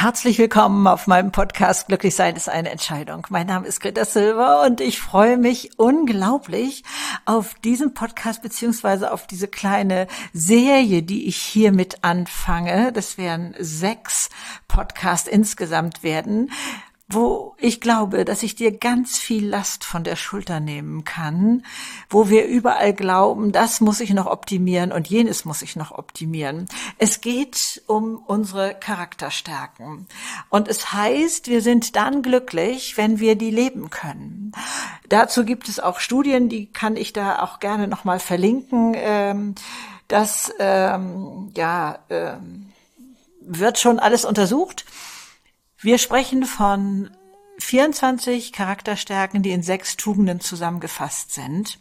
Herzlich willkommen auf meinem Podcast Glücklich sein ist eine Entscheidung. Mein Name ist Greta Silber und ich freue mich unglaublich auf diesen Podcast beziehungsweise auf diese kleine Serie, die ich hiermit anfange. Das werden 6 Podcasts insgesamt werden, wo ich glaube, dass ich dir ganz viel Last von der Schulter nehmen kann, wo wir überall glauben, das muss ich noch optimieren und jenes muss ich noch optimieren. Es geht um unsere Charakterstärken. Und es heißt, wir sind dann glücklich, wenn wir die leben können. Dazu gibt es auch Studien, die kann ich da auch gerne nochmal verlinken. Das wird schon alles untersucht. Wir sprechen von 24 Charakterstärken, die in 6 Tugenden zusammengefasst sind.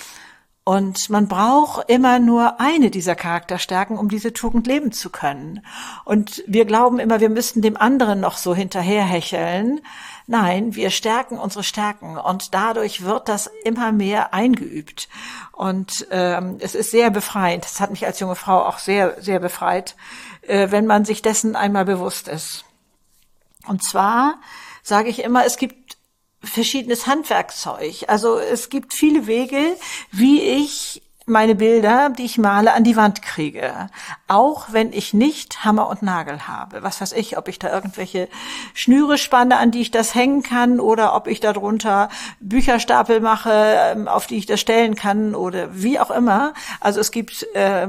Und man braucht immer nur eine dieser Charakterstärken, um diese Tugend leben zu können. Und wir glauben immer, wir müssten dem anderen noch so hinterherhecheln. Nein, wir stärken unsere Stärken und dadurch wird das immer mehr eingeübt. Und es ist sehr befreiend. Das hat mich als junge Frau auch sehr, sehr befreit, wenn man sich dessen einmal bewusst ist. Und zwar sage ich immer, es gibt verschiedenes Handwerkzeug. Also es gibt viele Wege, wie ich meine Bilder, die ich male, an die Wand kriege. Auch wenn ich nicht Hammer und Nagel habe. Was weiß ich, ob ich da irgendwelche Schnüre spanne, an die ich das hängen kann, oder ob ich darunter Bücherstapel mache, auf die ich das stellen kann, oder wie auch immer. Also es gibt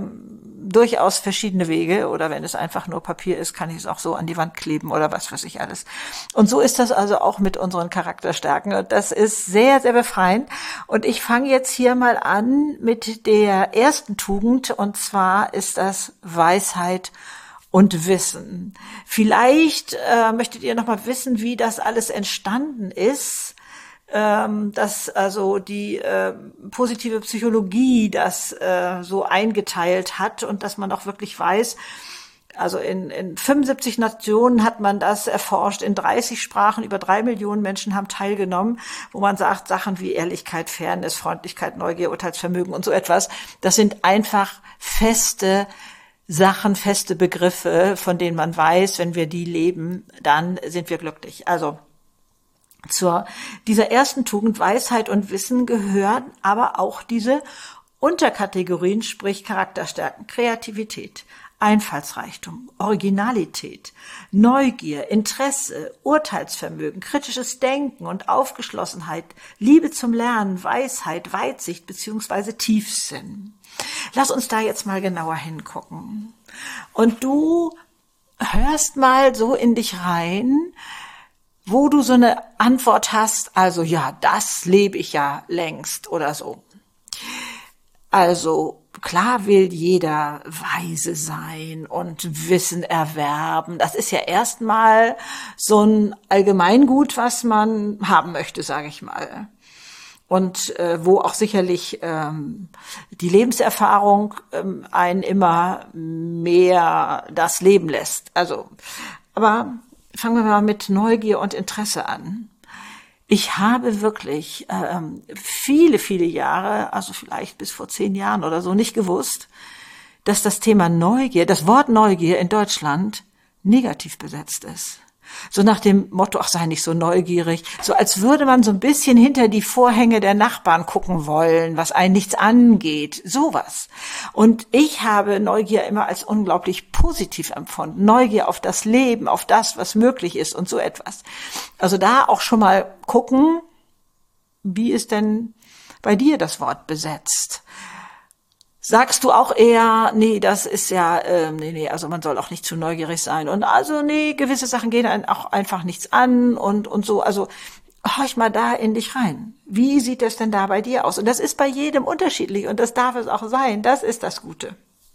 durchaus verschiedene Wege, oder wenn es einfach nur Papier ist, kann ich es auch so an die Wand kleben oder was weiß ich alles. Und so ist das also auch mit unseren Charakterstärken. Und das ist sehr, sehr befreiend. Und ich fange jetzt hier mal an mit der ersten Tugend, und zwar ist das Weisheit und Wissen. Vielleicht möchtet ihr noch mal wissen, wie das alles entstanden ist, dass also die positive Psychologie das so eingeteilt hat und dass man auch wirklich weiß, also in 75 Nationen hat man das erforscht, in 30 Sprachen, über 3 Millionen Menschen haben teilgenommen, wo man sagt, Sachen wie Ehrlichkeit, Fairness, Freundlichkeit, Neugier, Urteilsvermögen und so etwas, das sind einfach feste Sachen, feste Begriffe, von denen man weiß, wenn wir die leben, dann sind wir glücklich. Also zu dieser ersten Tugend Weisheit und Wissen gehören aber auch diese Unterkategorien, sprich Charakterstärken, Kreativität, Einfallsreichtum, Originalität, Neugier, Interesse, Urteilsvermögen, kritisches Denken und Aufgeschlossenheit, Liebe zum Lernen, Weisheit, Weitsicht bzw. Tiefsinn. Lass uns da jetzt mal genauer hingucken. Und du hörst mal so in dich rein, wo du so eine Antwort hast, also ja, das lebe ich ja längst oder so. Also klar will jeder weise sein und Wissen erwerben. Das ist ja erstmal so ein Allgemeingut, was man haben möchte, sage ich mal. Und wo auch sicherlich die Lebenserfahrung einen immer mehr das leben lässt. Also, aber fangen wir mal mit Neugier und Interesse an. Ich habe wirklich viele, viele Jahre, also vielleicht bis vor 10 Jahren oder so, nicht gewusst, dass das Thema Neugier, das Wort Neugier in Deutschland negativ besetzt ist. So nach dem Motto, ach, sei nicht so neugierig, so als würde man so ein bisschen hinter die Vorhänge der Nachbarn gucken wollen, was einen nichts angeht, sowas. Und ich habe Neugier immer als unglaublich positiv empfunden. Neugier auf das Leben, auf das, was möglich ist und so etwas. Also da auch schon mal gucken, wie ist denn bei dir das Wort besetzt? Sagst du auch eher, nee, das ist ja, also man soll auch nicht zu neugierig sein und also nee, gewisse Sachen gehen einen auch einfach nichts an und so, also horch mal da in dich rein. Wie sieht das denn da bei dir aus? Und das ist bei jedem unterschiedlich und das darf es auch sein, das ist das Gute.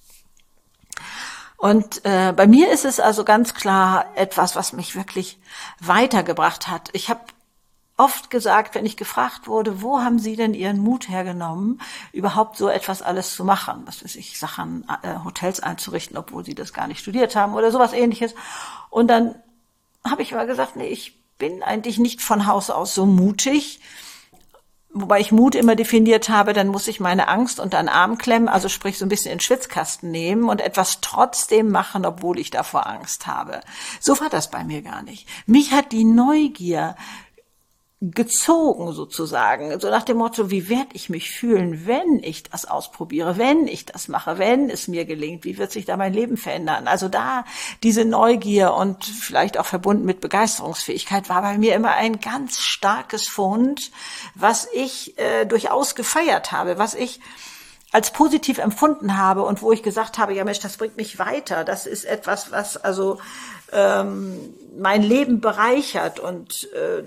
Und bei mir ist es also ganz klar etwas, was mich wirklich weitergebracht hat. Ich habe oft gesagt, wenn ich gefragt wurde, wo haben Sie denn Ihren Mut hergenommen, überhaupt so etwas alles zu machen? Was weiß ich, Sachen, Hotels einzurichten, obwohl Sie das gar nicht studiert haben oder sowas Ähnliches. Und dann habe ich mal gesagt, nee, ich bin eigentlich nicht von Haus aus so mutig, wobei ich Mut immer definiert habe, dann muss ich meine Angst unter den Arm klemmen, also sprich so ein bisschen in den Schwitzkasten nehmen und etwas trotzdem machen, obwohl ich davor Angst habe. So war das bei mir gar nicht. Mich hat die Neugier gezogen sozusagen, so nach dem Motto, wie werde ich mich fühlen, wenn ich das ausprobiere, wenn ich das mache, wenn es mir gelingt, wie wird sich da mein Leben verändern? Also da diese Neugier und vielleicht auch verbunden mit Begeisterungsfähigkeit war bei mir immer ein ganz starkes Fund, was ich durchaus gefeiert habe, was ich als positiv empfunden habe und wo ich gesagt habe, ja Mensch, das bringt mich weiter, das ist etwas, was also mein Leben bereichert und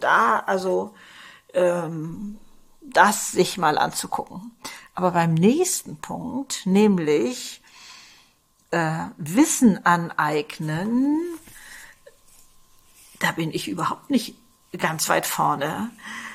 das sich mal anzugucken. Aber beim nächsten Punkt, nämlich Wissen aneignen, da bin ich überhaupt nicht ganz weit vorne.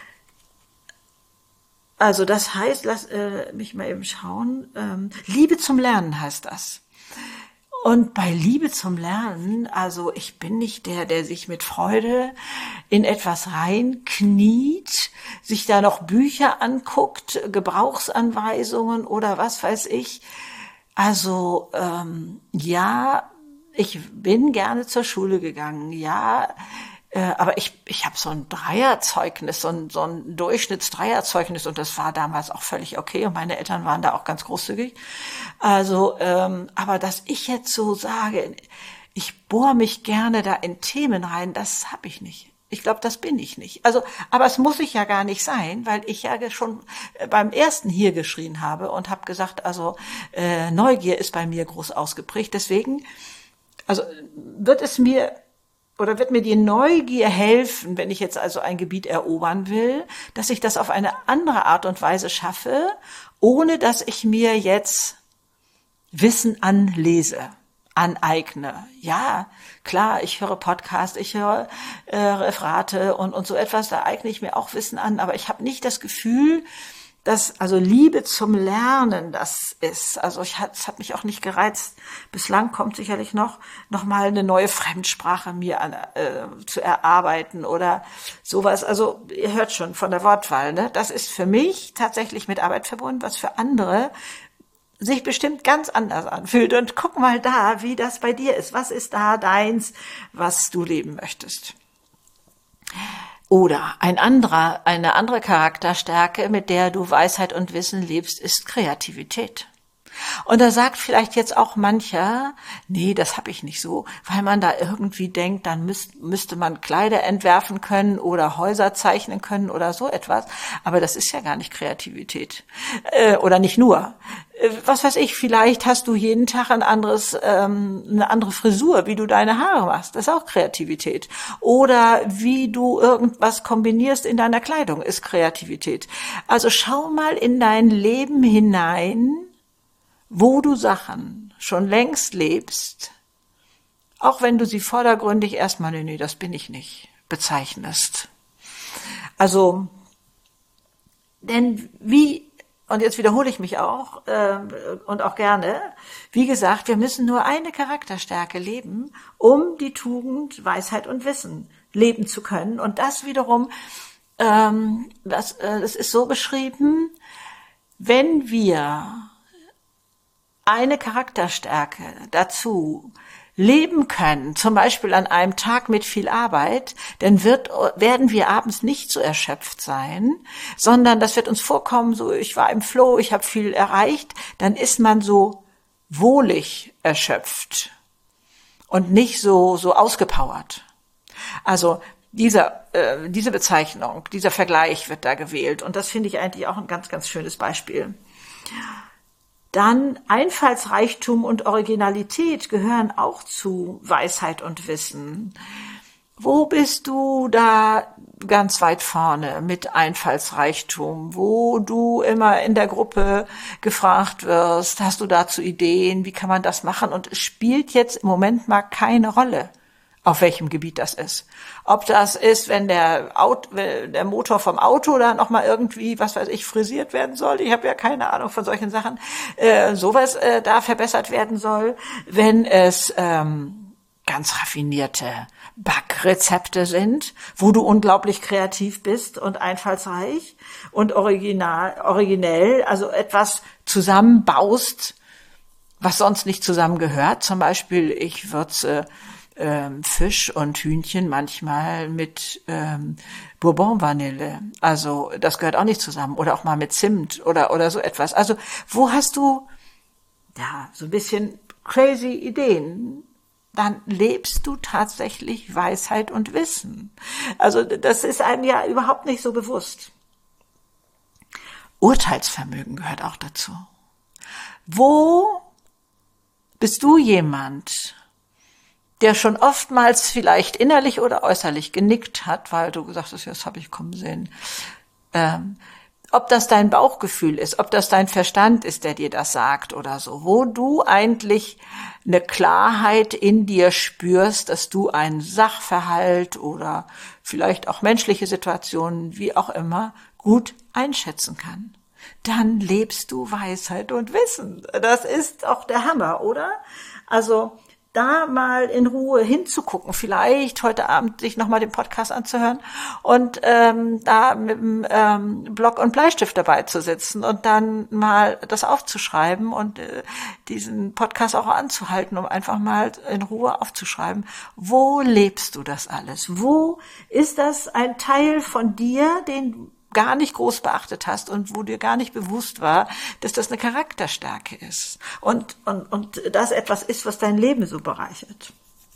Also das heißt, lass mich mal eben schauen, Liebe zum Lernen heißt das. Und bei Liebe zum Lernen, also ich bin nicht der sich mit Freude in etwas reinkniet, sich da noch Bücher anguckt, Gebrauchsanweisungen oder was weiß ich. Also ja, ich bin gerne zur Schule gegangen, ja, aber ich habe so ein Dreierzeugnis, so ein Durchschnittsdreierzeugnis und das war damals auch völlig okay und meine Eltern waren da auch ganz großzügig. Also, aber dass ich jetzt so sage, ich bohre mich gerne da in Themen rein, das habe ich nicht. Ich glaube, das bin ich nicht. Also, aber es muss ich ja gar nicht sein, weil ich ja schon beim ersten hier geschrien habe und habe gesagt, also Neugier ist bei mir groß ausgeprägt. Deswegen, also wird mir die Neugier helfen, wenn ich jetzt also ein Gebiet erobern will, dass ich das auf eine andere Art und Weise schaffe, ohne dass ich mir jetzt Wissen aneigne. Ja, klar, ich höre Podcasts, ich höre Referate und so etwas, da eigne ich mir auch Wissen an, aber ich habe nicht das Gefühl, dass also Liebe zum Lernen das ist. Also es hat mich auch nicht gereizt. Bislang kommt sicherlich noch mal eine neue Fremdsprache mir zu erarbeiten oder sowas. Also ihr hört schon von der Wortwahl, ne? Das ist für mich tatsächlich mit Arbeit verbunden, was für andere sich bestimmt ganz anders anfühlt. Und guck mal da, wie das bei dir ist. Was ist da deins, was du leben möchtest? Oder eine andere Charakterstärke, mit der du Weisheit und Wissen lebst, ist Kreativität. Und da sagt vielleicht jetzt auch mancher, nee, das habe ich nicht so, weil man da irgendwie denkt, dann müsste man Kleider entwerfen können oder Häuser zeichnen können oder so etwas. Aber das ist ja gar nicht Kreativität. Oder nicht nur. Was weiß ich, vielleicht hast du jeden Tag eine andere Frisur, wie du deine Haare machst. Das ist auch Kreativität. Oder wie du irgendwas kombinierst in deiner Kleidung, ist Kreativität. Also schau mal in dein Leben hinein, wo du Sachen schon längst lebst, auch wenn du sie vordergründig erstmal, nee, das bin ich nicht, bezeichnest. Also, denn und jetzt wiederhole ich mich auch und auch gerne, wie gesagt, wir müssen nur eine Charakterstärke leben, um die Tugend, Weisheit und Wissen leben zu können. Und das wiederum, das ist so beschrieben, wenn wir eine Charakterstärke dazu leben können, zum Beispiel an einem Tag mit viel Arbeit, dann werden wir abends nicht so erschöpft sein, sondern das wird uns vorkommen, so ich war im Flow, ich habe viel erreicht, dann ist man so wohlig erschöpft und nicht so ausgepowert. Also diese Bezeichnung, dieser Vergleich wird da gewählt und das finde ich eigentlich auch ein ganz, ganz schönes Beispiel. Dann Einfallsreichtum und Originalität gehören auch zu Weisheit und Wissen. Wo bist du da ganz weit vorne mit Einfallsreichtum? Wo du immer in der Gruppe gefragt wirst, hast du dazu Ideen? Wie kann man das machen? Und es spielt jetzt im Moment mal keine Rolle, auf welchem Gebiet das ist. Ob das ist, wenn der Motor vom Auto da nochmal irgendwie, was weiß ich, frisiert werden soll. Ich habe ja keine Ahnung von solchen Sachen. Sowas da verbessert werden soll. Wenn es, keine ganz raffinierte Backrezepte sind, wo du unglaublich kreativ bist und einfallsreich und originell, also etwas zusammenbaust, was sonst nicht zusammengehört. Zum Beispiel, ich würze Fisch und Hühnchen manchmal mit Bourbon-Vanille. Also das gehört auch nicht zusammen. Oder auch mal mit Zimt oder so etwas. Also wo hast du so ein bisschen crazy Ideen? Dann lebst du tatsächlich Weisheit und Wissen. Also das ist einem ja überhaupt nicht so bewusst. Urteilsvermögen gehört auch dazu. Wo bist du jemand, der schon oftmals vielleicht innerlich oder äußerlich genickt hat, weil du gesagt hast, ja, das habe ich kommen sehen. Ob das dein Bauchgefühl ist, ob das dein Verstand ist, der dir das sagt oder so, wo du eigentlich eine Klarheit in dir spürst, dass du einen Sachverhalt oder vielleicht auch menschliche Situationen, wie auch immer, gut einschätzen kann. Dann lebst du Weisheit und Wissen. Das ist auch der Hammer, oder? Also da mal in Ruhe hinzugucken, vielleicht heute Abend sich nochmal den Podcast anzuhören und da mit dem Block und Bleistift dabei zu sitzen und dann mal das aufzuschreiben und diesen Podcast auch anzuhalten, um einfach mal in Ruhe aufzuschreiben. Wo lebst du das alles? Wo ist das ein Teil von dir, den gar nicht groß beachtet hast und wo dir gar nicht bewusst war, dass das eine Charakterstärke ist und das etwas ist, was dein Leben so bereichert.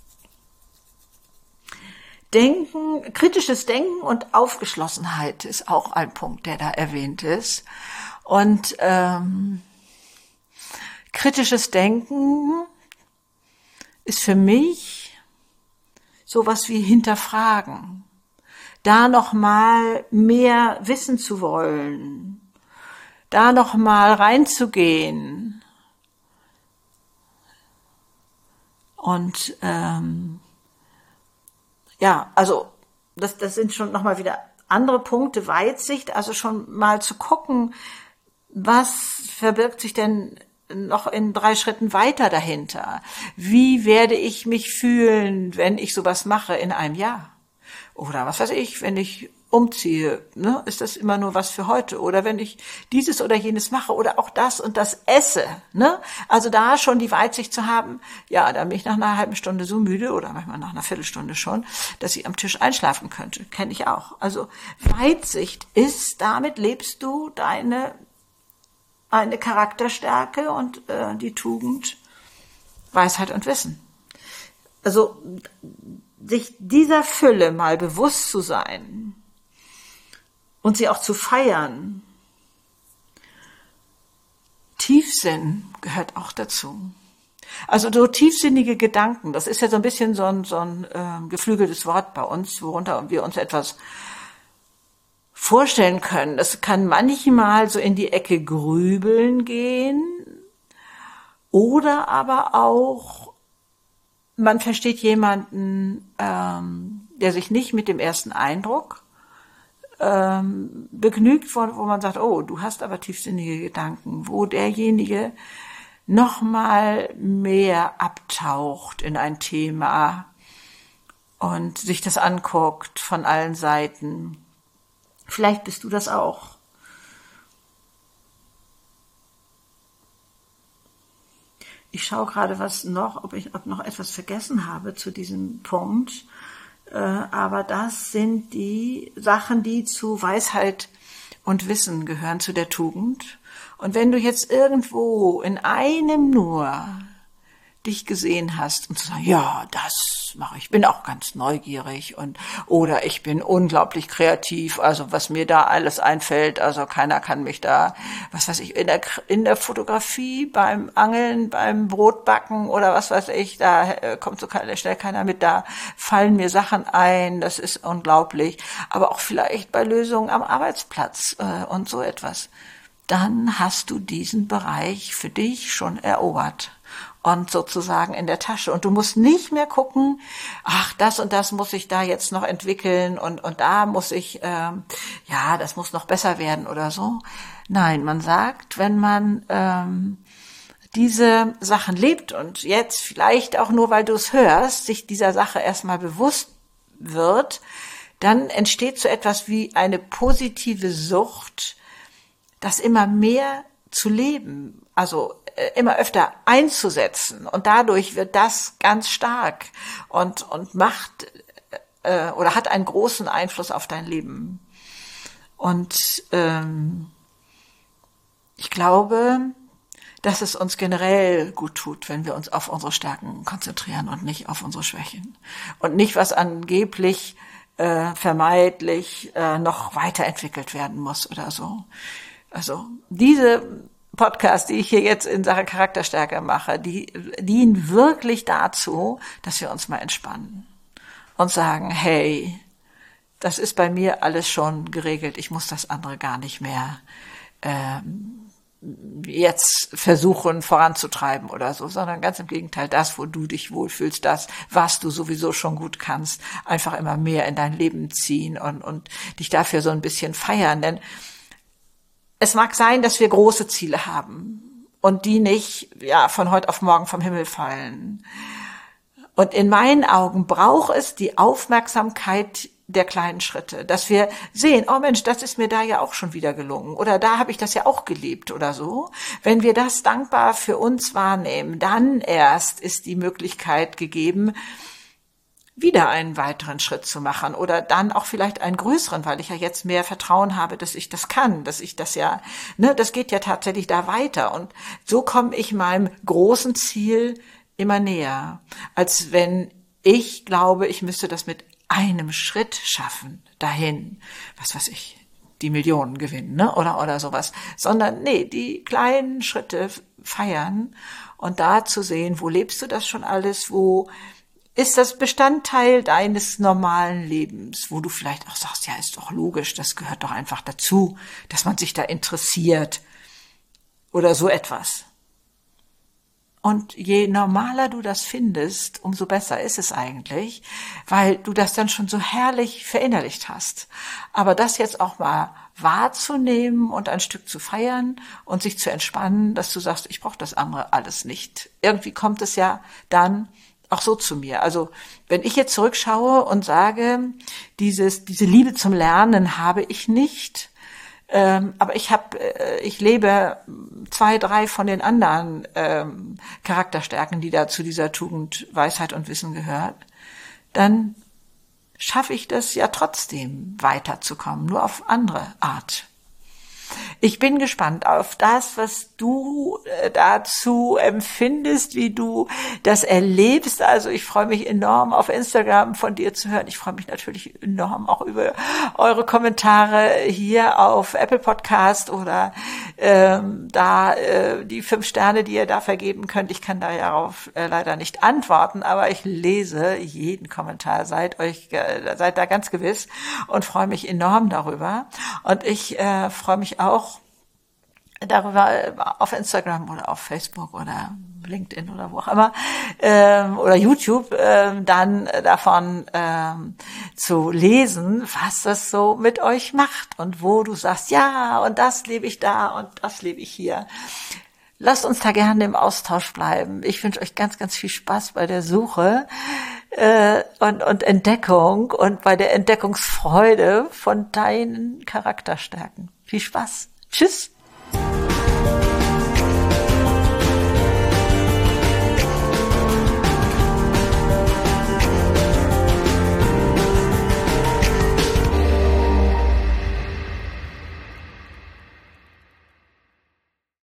Denken, kritisches Denken und Aufgeschlossenheit ist auch ein Punkt, der da erwähnt ist. Und kritisches Denken ist für mich sowas wie hinterfragen. Da noch mal mehr wissen zu wollen, da noch mal reinzugehen und also das sind schon noch mal wieder andere Punkte, Weitsicht, also schon mal zu gucken, was verbirgt sich denn noch in 3 Schritten weiter dahinter? Wie werde ich mich fühlen, wenn ich sowas mache in einem Jahr? Oder was weiß ich, wenn ich umziehe, ne, ist das immer nur was für heute? Oder wenn ich dieses oder jenes mache oder auch das und das esse, ne? Also da schon die Weitsicht zu haben, ja, da bin ich nach einer halben Stunde so müde oder manchmal nach einer Viertelstunde schon, dass ich am Tisch einschlafen könnte. Kenne ich auch. Also Weitsicht ist, damit lebst du eine Charakterstärke und die Tugend Weisheit und Wissen. Also sich dieser Fülle mal bewusst zu sein und sie auch zu feiern. Tiefsinn gehört auch dazu. Also so tiefsinnige Gedanken, das ist ja so ein bisschen so ein geflügeltes Wort bei uns, worunter wir uns etwas vorstellen können. Das kann manchmal so in die Ecke Grübeln gehen oder aber auch man versteht jemanden, der sich nicht mit dem ersten Eindruck begnügt, wo man sagt, oh, du hast aber tiefsinnige Gedanken, wo derjenige noch mal mehr abtaucht in ein Thema und sich das anguckt von allen Seiten. Vielleicht bist du das auch. Ich schaue gerade ob ich noch etwas vergessen habe zu diesem Punkt. Aber das sind die Sachen, die zu Weisheit und Wissen gehören, zu der Tugend. Und wenn du jetzt irgendwo in einem nur dich gesehen hast und zu sagen, ja, das mache ich, bin auch ganz neugierig oder ich bin unglaublich kreativ, also was mir da alles einfällt, also keiner kann mich da, was weiß ich, in der Fotografie, beim Angeln, beim Brotbacken oder was weiß ich, da kommt so schnell keiner mit, da fallen mir Sachen ein, das ist unglaublich, aber auch vielleicht bei Lösungen am Arbeitsplatz und so etwas. Dann hast du diesen Bereich für dich schon erobert und sozusagen in der Tasche. Und du musst nicht mehr gucken, ach, das und das muss ich da jetzt noch entwickeln und da muss ich, das muss noch besser werden oder so. Nein, man sagt, wenn man diese Sachen lebt und jetzt vielleicht auch nur, weil du es hörst, sich dieser Sache erstmal bewusst wird, dann entsteht so etwas wie eine positive Sucht, das immer mehr zu leben, also immer öfter einzusetzen, und dadurch wird das ganz stark und macht oder hat einen großen Einfluss auf dein Leben. Und ich glaube, dass es uns generell gut tut, wenn wir uns auf unsere Stärken konzentrieren und nicht auf unsere Schwächen. Und nicht, was angeblich vermeintlich noch weiterentwickelt werden muss oder so. Also diese Podcasts, die ich hier jetzt in Sachen Charakterstärke mache, die dienen wirklich dazu, dass wir uns mal entspannen und sagen, hey, das ist bei mir alles schon geregelt, ich muss das andere gar nicht mehr jetzt versuchen voranzutreiben oder so, sondern ganz im Gegenteil, das, wo du dich wohlfühlst, das, was du sowieso schon gut kannst, einfach immer mehr in dein Leben ziehen und dich dafür so ein bisschen feiern. Denn es mag sein, dass wir große Ziele haben und die nicht von heute auf morgen vom Himmel fallen. Und in meinen Augen braucht es die Aufmerksamkeit der kleinen Schritte, dass wir sehen, oh Mensch, das ist mir da ja auch schon wieder gelungen oder da habe ich das ja auch gelebt oder so. Wenn wir das dankbar für uns wahrnehmen, dann erst ist die Möglichkeit gegeben, wieder einen weiteren Schritt zu machen oder dann auch vielleicht einen größeren, weil ich ja jetzt mehr Vertrauen habe, dass ich das kann, dass ich das ja, das geht ja tatsächlich da weiter. Und so komme ich meinem großen Ziel immer näher, als wenn ich glaube, ich müsste das mit einem Schritt schaffen, dahin, was weiß ich, die Millionen gewinnen, oder sowas, sondern die kleinen Schritte feiern und da zu sehen, wo lebst du das schon alles, wo ist das Bestandteil deines normalen Lebens, wo du vielleicht auch sagst, ja, ist doch logisch, das gehört doch einfach dazu, dass man sich da interessiert oder so etwas. Und je normaler du das findest, umso besser ist es eigentlich, weil du das dann schon so herrlich verinnerlicht hast. Aber das jetzt auch mal wahrzunehmen und ein Stück zu feiern und sich zu entspannen, dass du sagst, ich brauche das andere alles nicht. Irgendwie kommt es ja dann auch so zu mir. Also wenn ich jetzt zurückschaue und sage, diese Liebe zum Lernen habe ich nicht, aber ich lebe 2, 3 von den anderen Charakterstärken, die da zu dieser Tugend, Weisheit und Wissen gehört, dann schaffe ich das ja trotzdem weiterzukommen, nur auf andere Art. Ich bin gespannt auf das, was du dazu empfindest, wie du das erlebst. Also ich freue mich enorm, auf Instagram von dir zu hören. Ich freue mich natürlich enorm auch über eure Kommentare hier auf Apple Podcast oder die 5 Sterne, die ihr da vergeben könnt. Ich kann darauf leider nicht antworten, aber ich lese jeden Kommentar. Seid da ganz gewiss und freue mich enorm darüber. Und ich freue mich auch darüber auf Instagram oder auf Facebook oder LinkedIn oder wo auch immer oder YouTube dann davon zu lesen, was das so mit euch macht und wo du sagst, ja, und das lebe ich da und das lebe ich hier. Lasst uns da gerne im Austausch bleiben. Ich wünsche euch ganz, ganz viel Spaß bei der Suche und Entdeckung und bei der Entdeckungsfreude von deinen Charakterstärken. Viel Spaß. Tschüss.